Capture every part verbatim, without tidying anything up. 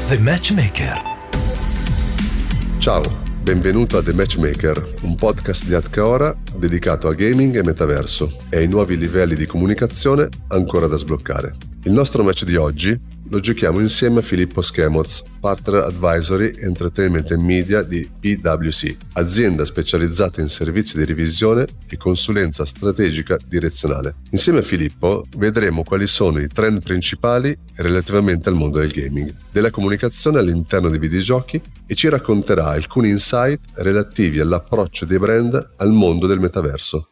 The Matchmaker. Ciao, benvenuto a The Matchmaker, un podcast di Adcaora dedicato a gaming e metaverso e ai nuovi livelli di comunicazione ancora da sbloccare. Il nostro match di oggi lo giochiamo insieme a Filippo Schemoz, Partner Advisory Entertainment and Media di P W C, azienda specializzata in servizi di revisione e consulenza strategica direzionale. Insieme a Filippo vedremo quali sono i trend principali relativamente al mondo del gaming, della comunicazione all'interno dei videogiochi e ci racconterà alcuni insight relativi all'approccio dei brand al mondo del metaverso.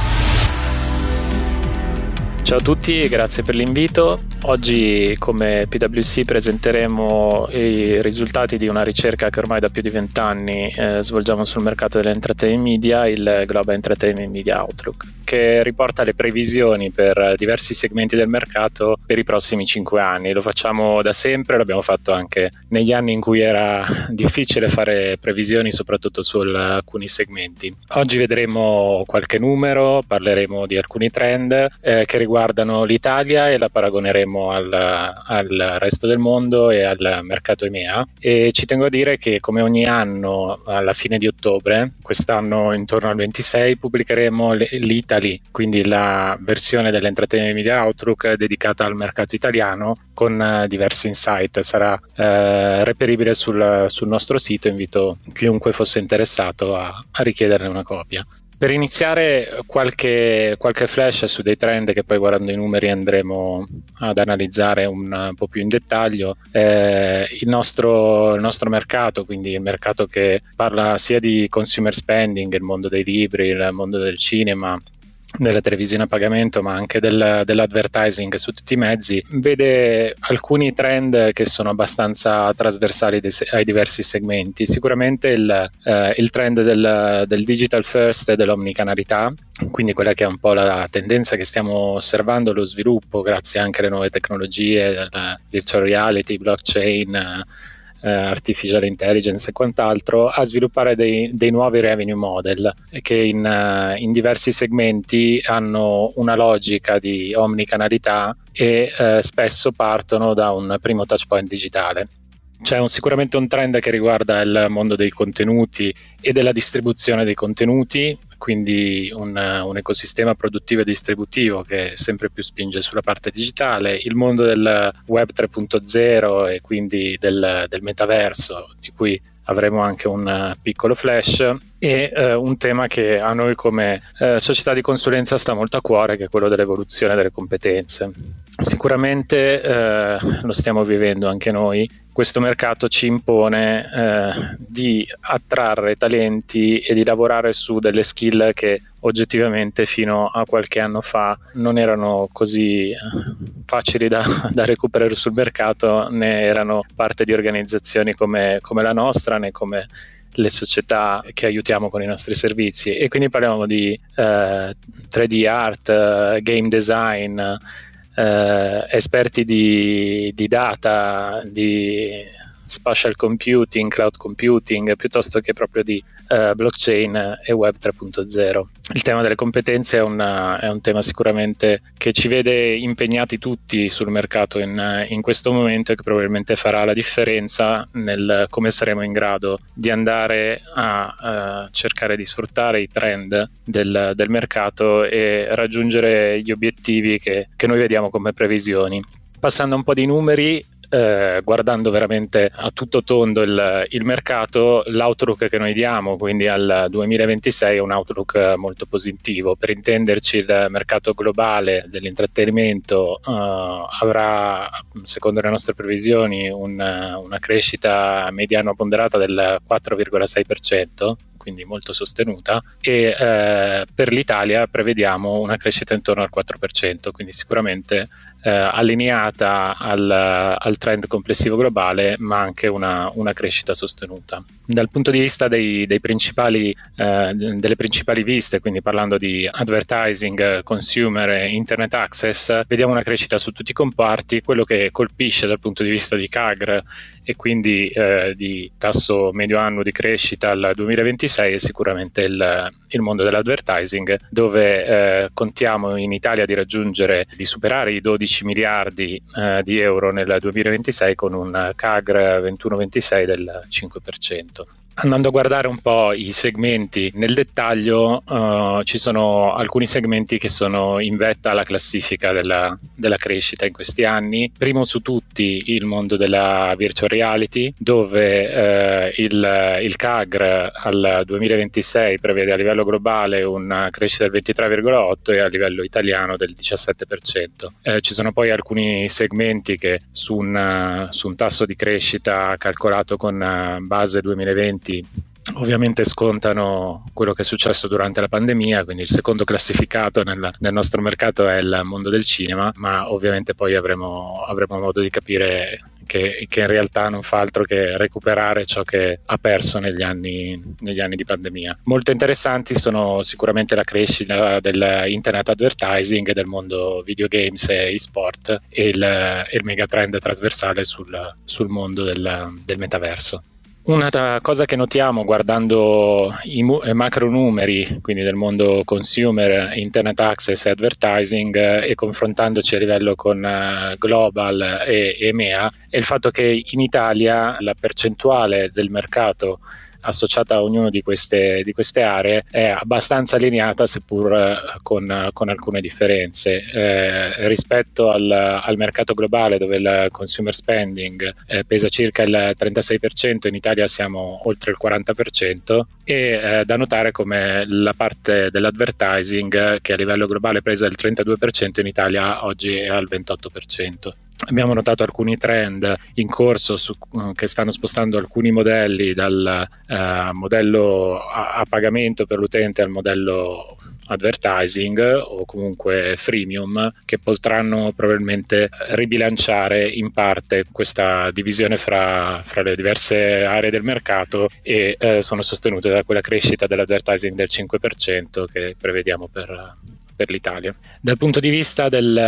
Ciao a tutti e grazie per l'invito. Oggi come P W C presenteremo i risultati di una ricerca che ormai da più di vent'anni eh, svolgiamo sul mercato dell'entertainment media, il Global Entertainment Media Outlook, che riporta le previsioni per diversi segmenti del mercato per i prossimi cinque anni. Lo facciamo da sempre, l'abbiamo fatto anche negli anni in cui era difficile fare previsioni, soprattutto su alcuni segmenti. Oggi vedremo qualche numero, parleremo di alcuni trend eh, che riguardano l'Italia e la paragoneremo al, al resto del mondo e al mercato E M E A. E ci tengo a dire che come ogni anno alla fine di ottobre, quest'anno intorno al ventisei, pubblicheremo l'Italy, quindi la versione dell'Entertainment Media Outlook dedicata al mercato italiano con uh, diversi insight. Sarà uh, reperibile sul, sul nostro sito, invito chiunque fosse interessato a, a richiederne una copia. Per iniziare qualche, qualche flash su dei trend che poi guardando i numeri andremo ad analizzare un po' più in dettaglio. Eh, il, nostro, il nostro mercato, quindi il mercato che parla sia di consumer spending, il mondo dei libri, il mondo del cinema, della televisione a pagamento, ma anche del, dell'advertising su tutti i mezzi, vede alcuni trend che sono abbastanza trasversali dei, ai diversi segmenti. Sicuramente il, eh, il trend del, del digital first e dell'omnicanalità, quindi quella che è un po' la tendenza che stiamo osservando, lo sviluppo grazie anche alle nuove tecnologie, la virtual reality, blockchain, Uh, artificial intelligence e quant'altro, a sviluppare dei, dei nuovi revenue model che in, uh, in diversi segmenti hanno una logica di omnicanalità e uh, spesso partono da un primo touch point digitale. C'è un, sicuramente un trend che riguarda il mondo dei contenuti e della distribuzione dei contenuti, quindi un, un ecosistema produttivo e distributivo che sempre più spinge sulla parte digitale, il mondo del web tre punto zero e quindi del, del metaverso, di cui avremo anche un piccolo flash, e eh, un tema che a noi come eh, società di consulenza sta molto a cuore, che è quello dell'evoluzione delle competenze. Sicuramente eh, lo stiamo vivendo anche noi. Questo mercato ci impone eh, di attrarre talenti e di lavorare su delle skill che oggettivamente fino a qualche anno fa non erano così facili da, da recuperare sul mercato, né erano parte di organizzazioni come, come la nostra, né come le società che aiutiamo con i nostri servizi. E quindi parliamo di eh, tre D art, eh, game design, eh, esperti di, di data, di spatial computing, cloud computing, piuttosto che proprio di uh, blockchain e web tre punto zero. Il tema delle competenze è, una, è un tema sicuramente che ci vede impegnati tutti sul mercato in, in questo momento, e che probabilmente farà la differenza nel come saremo in grado di andare a uh, cercare di sfruttare i trend del, del mercato e raggiungere gli obiettivi che, che noi vediamo come previsioni. Passando un po' di numeri, Eh, guardando veramente a tutto tondo il, il mercato, l'outlook che noi diamo quindi al duemilaventisei è un outlook molto positivo. Per intenderci, il mercato globale dell'intrattenimento uh, avrà, secondo le nostre previsioni, un, una crescita mediana ponderata del quattro virgola sei per cento, quindi molto sostenuta, e eh, per l'Italia prevediamo una crescita intorno al quattro per cento, quindi sicuramente eh, allineata al, al trend complessivo globale, ma anche una, una crescita sostenuta. Dal punto di vista dei, dei principali, eh, delle principali viste, quindi parlando di advertising, consumer e internet access, vediamo una crescita su tutti i comparti. Quello che colpisce dal punto di vista di C A G R e quindi eh, di tasso medio annuo di crescita al duemilaventisei duemilaventisei è sicuramente il, il mondo dell'advertising, dove eh, contiamo in Italia di raggiungere, di superare i dodici miliardi eh, di euro nel duemilaventisei con un C A G R ventuno ventisei del cinque per cento. Andando a guardare un po' i segmenti nel dettaglio, uh, ci sono alcuni segmenti che sono in vetta alla classifica della, della crescita in questi anni. Primo su tutti il mondo della virtual reality, dove uh, il, il C A G R al duemilaventisei prevede a livello globale una crescita del ventitré virgola otto e a livello italiano del diciassette per cento. Uh, ci sono poi alcuni segmenti che su un, su un tasso di crescita calcolato con uh, base duemilaventi ovviamente scontano quello che è successo durante la pandemia, quindi il secondo classificato nel, nel nostro mercato è il mondo del cinema, ma ovviamente poi avremo, avremo modo di capire che, che in realtà non fa altro che recuperare ciò che ha perso negli anni, negli anni di pandemia. Molto interessanti sono sicuramente la crescita dell'internet advertising e del mondo videogames e e-sport e il, il megatrend trasversale sul, sul mondo del, del metaverso. Una cosa che notiamo guardando i mu- macro numeri, quindi del mondo consumer, internet access e advertising, eh, e confrontandoci a livello con uh, global e E M E A, è il fatto che in Italia la percentuale del mercato associata a ognuna di queste, di queste aree è abbastanza allineata, seppur con, con alcune differenze. Eh, rispetto al, al mercato globale, dove il consumer spending eh, pesa circa il trentasei per cento, in Italia siamo oltre il quaranta per cento, e eh, da notare come la parte dell'advertising, che a livello globale pesa il trentadue per cento, in Italia oggi è al ventotto per cento. Abbiamo notato alcuni trend in corso su, che stanno spostando alcuni modelli dal uh, modello a, a pagamento per l'utente al modello advertising o comunque freemium, che potranno probabilmente ribilanciare in parte questa divisione fra, fra le diverse aree del mercato e eh, sono sostenute da quella crescita dell'advertising del cinque per cento che prevediamo per per l'Italia. Dal punto di vista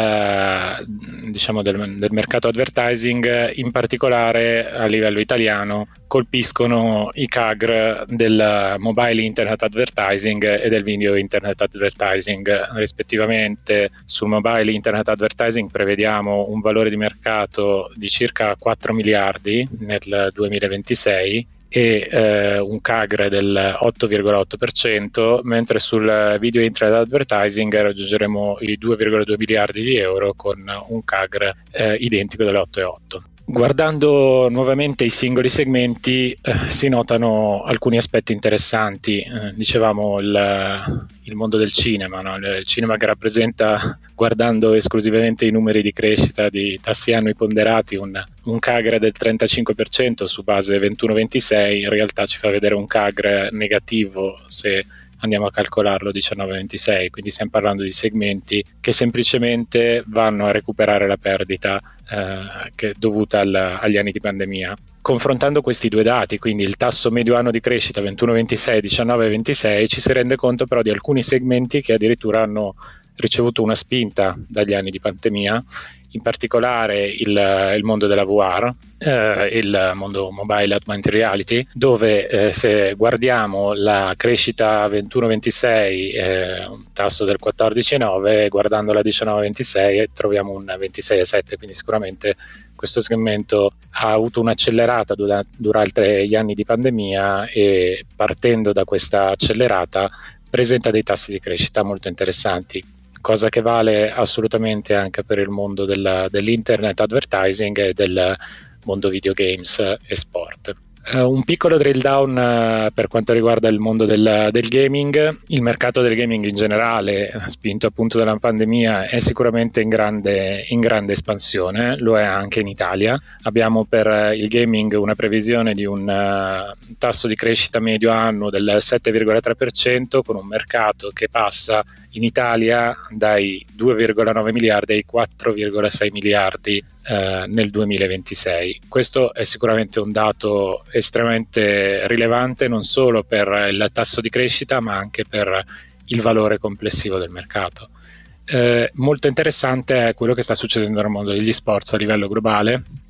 del, diciamo del, del mercato advertising, in particolare a livello italiano, colpiscono i C A G R del mobile internet advertising e del video internet advertising rispettivamente. Sul mobile internet advertising prevediamo un valore di mercato di circa quattro miliardi nel duemilaventisei e eh, un C A G R del otto virgola otto per cento, mentre sul video internet advertising raggiungeremo i due virgola due miliardi di euro con un C A G R eh, identico dell'otto virgola otto per cento. Guardando nuovamente i singoli segmenti eh, si notano alcuni aspetti interessanti. Eh, dicevamo il, il mondo del cinema, no? Il cinema che rappresenta, guardando esclusivamente i numeri di crescita di tassi annui ponderati, un, un C A G R del trentacinque per cento su base ventuno ventisei, in realtà ci fa vedere un C A G R negativo se andiamo a calcolarlo diciannove ventisei, quindi stiamo parlando di segmenti che semplicemente vanno a recuperare la perdita eh, che è dovuta al, agli anni di pandemia. Confrontando questi due dati, quindi il tasso medio anno di crescita ventuno ventisei e diciannove ventisei, ci si rende conto però di alcuni segmenti che addirittura hanno ricevuto una spinta dagli anni di pandemia, in particolare il, il mondo della V R, eh, il mondo mobile augmented reality, dove eh, se guardiamo la crescita ventuno ventisei eh, un tasso del quattordici virgola nove, guardando la diciannove ventisei troviamo un ventisei virgola sette, quindi sicuramente questo segmento ha avuto un'accelerata durante, durante gli anni di pandemia e, partendo da questa accelerata, presenta dei tassi di crescita molto interessanti, cosa che vale assolutamente anche per il mondo della, dell'internet advertising e del mondo videogames e sport. Uh, un piccolo drill down uh, per quanto riguarda il mondo del, del gaming. Il mercato del gaming in generale, spinto appunto dalla pandemia, è sicuramente in grande, in grande espansione, lo è anche in Italia. Abbiamo per il gaming una previsione di un uh, tasso di crescita medio annuo del sette virgola tre per cento, con un mercato che passa in Italia dai due virgola nove miliardi ai quattro virgola sei miliardi eh, nel duemilaventisei. Questo è sicuramente un dato estremamente rilevante, non solo per il tasso di crescita ma anche per il valore complessivo del mercato. Eh, molto interessante è quello che sta succedendo nel mondo degli sports a livello globale,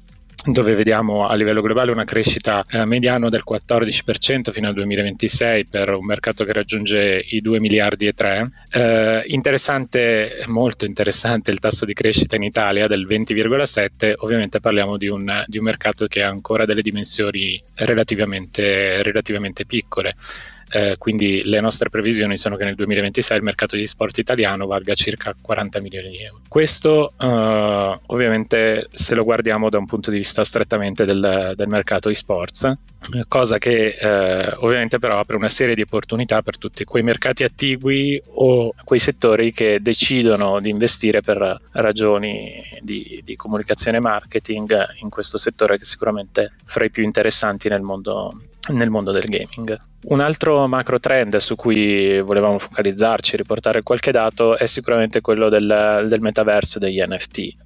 dove vediamo a livello globale una crescita eh, mediano del quattordici per cento fino al duemilaventisei per un mercato che raggiunge i due miliardi e tre. Eh, interessante, molto interessante il tasso di crescita in Italia del venti virgola sette. Ovviamente parliamo di un, di un mercato che ha ancora delle dimensioni relativamente, relativamente piccole. Eh, quindi le nostre previsioni sono che nel duemilaventisei il mercato di sport italiano valga circa quaranta milioni di euro. Questo eh, ovviamente se lo guardiamo da un punto di vista strettamente del, del mercato e-sports, cosa che eh, ovviamente però apre una serie di opportunità per tutti quei mercati attigui o quei settori che decidono di investire per ragioni di, di comunicazione e marketing in questo settore, che sicuramente fra i più interessanti nel mondo, nel mondo del gaming. Un altro macro trend su cui volevamo focalizzarci, riportare qualche dato, è sicuramente quello del, del metaverso degli N F T.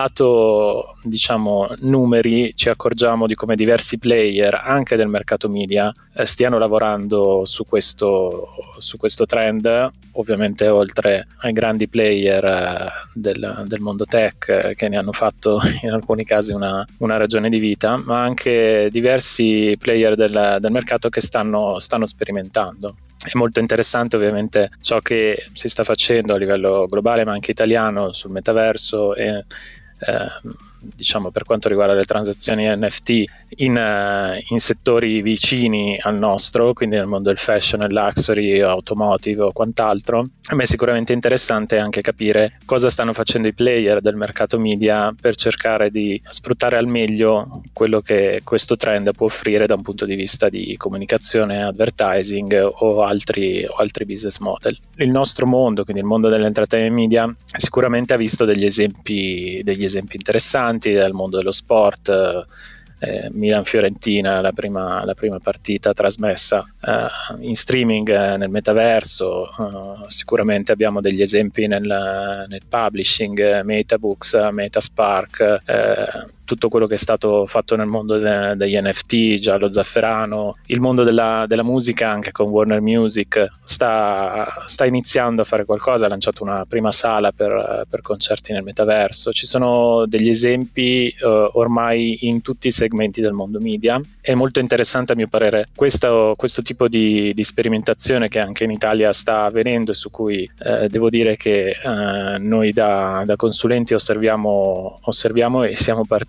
Lato, diciamo, numeri, ci accorgiamo di come diversi player, anche del mercato media, eh, stiano lavorando su questo, su questo trend, ovviamente oltre ai grandi player eh, del, del mondo tech eh, che ne hanno fatto in alcuni casi una, una ragione di vita, ma anche diversi player del, del mercato che stanno, stanno sperimentando. È molto interessante ovviamente ciò che si sta facendo a livello globale ma anche italiano sul metaverso e eh, diciamo per quanto riguarda le transazioni N F T in, uh, in settori vicini al nostro, quindi nel mondo del fashion, il luxury, automotive o quant'altro. A me è sicuramente interessante anche capire cosa stanno facendo i player del mercato media per cercare di sfruttare al meglio quello che questo trend può offrire da un punto di vista di comunicazione, advertising o altri, o altri business model. Il nostro mondo, quindi il mondo dell'entertainment media, sicuramente ha visto degli esempi, degli esempi interessanti dal mondo dello sport. eh, Milan-Fiorentina, la prima, la prima partita trasmessa eh, in streaming eh, nel metaverso. Eh, sicuramente abbiamo degli esempi nel, nel publishing, eh, Metabooks, Metaspark, eh, tutto quello che è stato fatto nel mondo de- degli N F T, Giallo Zafferano, il mondo della, della musica anche con Warner Music sta, sta iniziando a fare qualcosa, ha lanciato una prima sala per, per concerti nel metaverso. Ci sono degli esempi eh, ormai in tutti i segmenti del mondo media. È molto interessante a mio parere questo, questo tipo di, di sperimentazione che anche in Italia sta avvenendo e su cui eh, devo dire che eh, noi da, da consulenti osserviamo, osserviamo e siamo partecipi,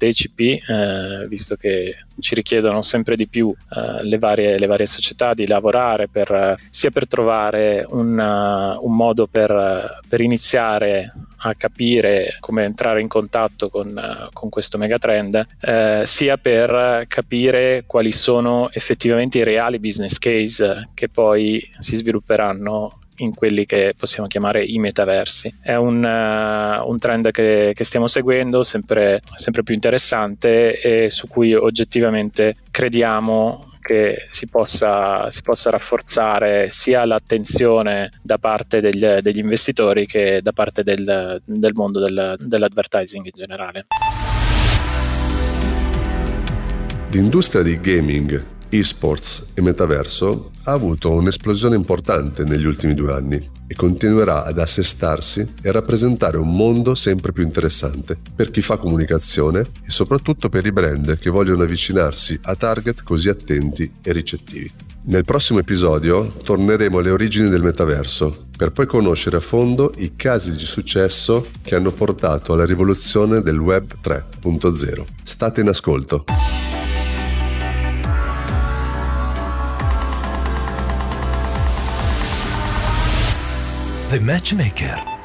eh, visto che ci richiedono sempre di più eh, le, varie, le varie società di lavorare per, sia per trovare un, uh, un modo per, per iniziare a capire come entrare in contatto con, uh, con questo megatrend, eh, sia per capire quali sono effettivamente i reali business case che poi si svilupperanno in quelli che possiamo chiamare i metaversi. È un, uh, un trend che, che stiamo seguendo, sempre, sempre più interessante e su cui oggettivamente crediamo che si possa, si possa rafforzare sia l'attenzione da parte degli, degli investitori che da parte del, del mondo del, dell'advertising in generale. L'industria di gaming, esports e metaverso ha avuto un'esplosione importante negli ultimi due anni e continuerà ad assestarsi e rappresentare un mondo sempre più interessante per chi fa comunicazione e soprattutto per i brand che vogliono avvicinarsi a target così attenti e ricettivi. Nel prossimo episodio torneremo alle origini del metaverso per poi conoscere a fondo i casi di successo che hanno portato alla rivoluzione del web tre punto zero. State in ascolto. The Matchmaker.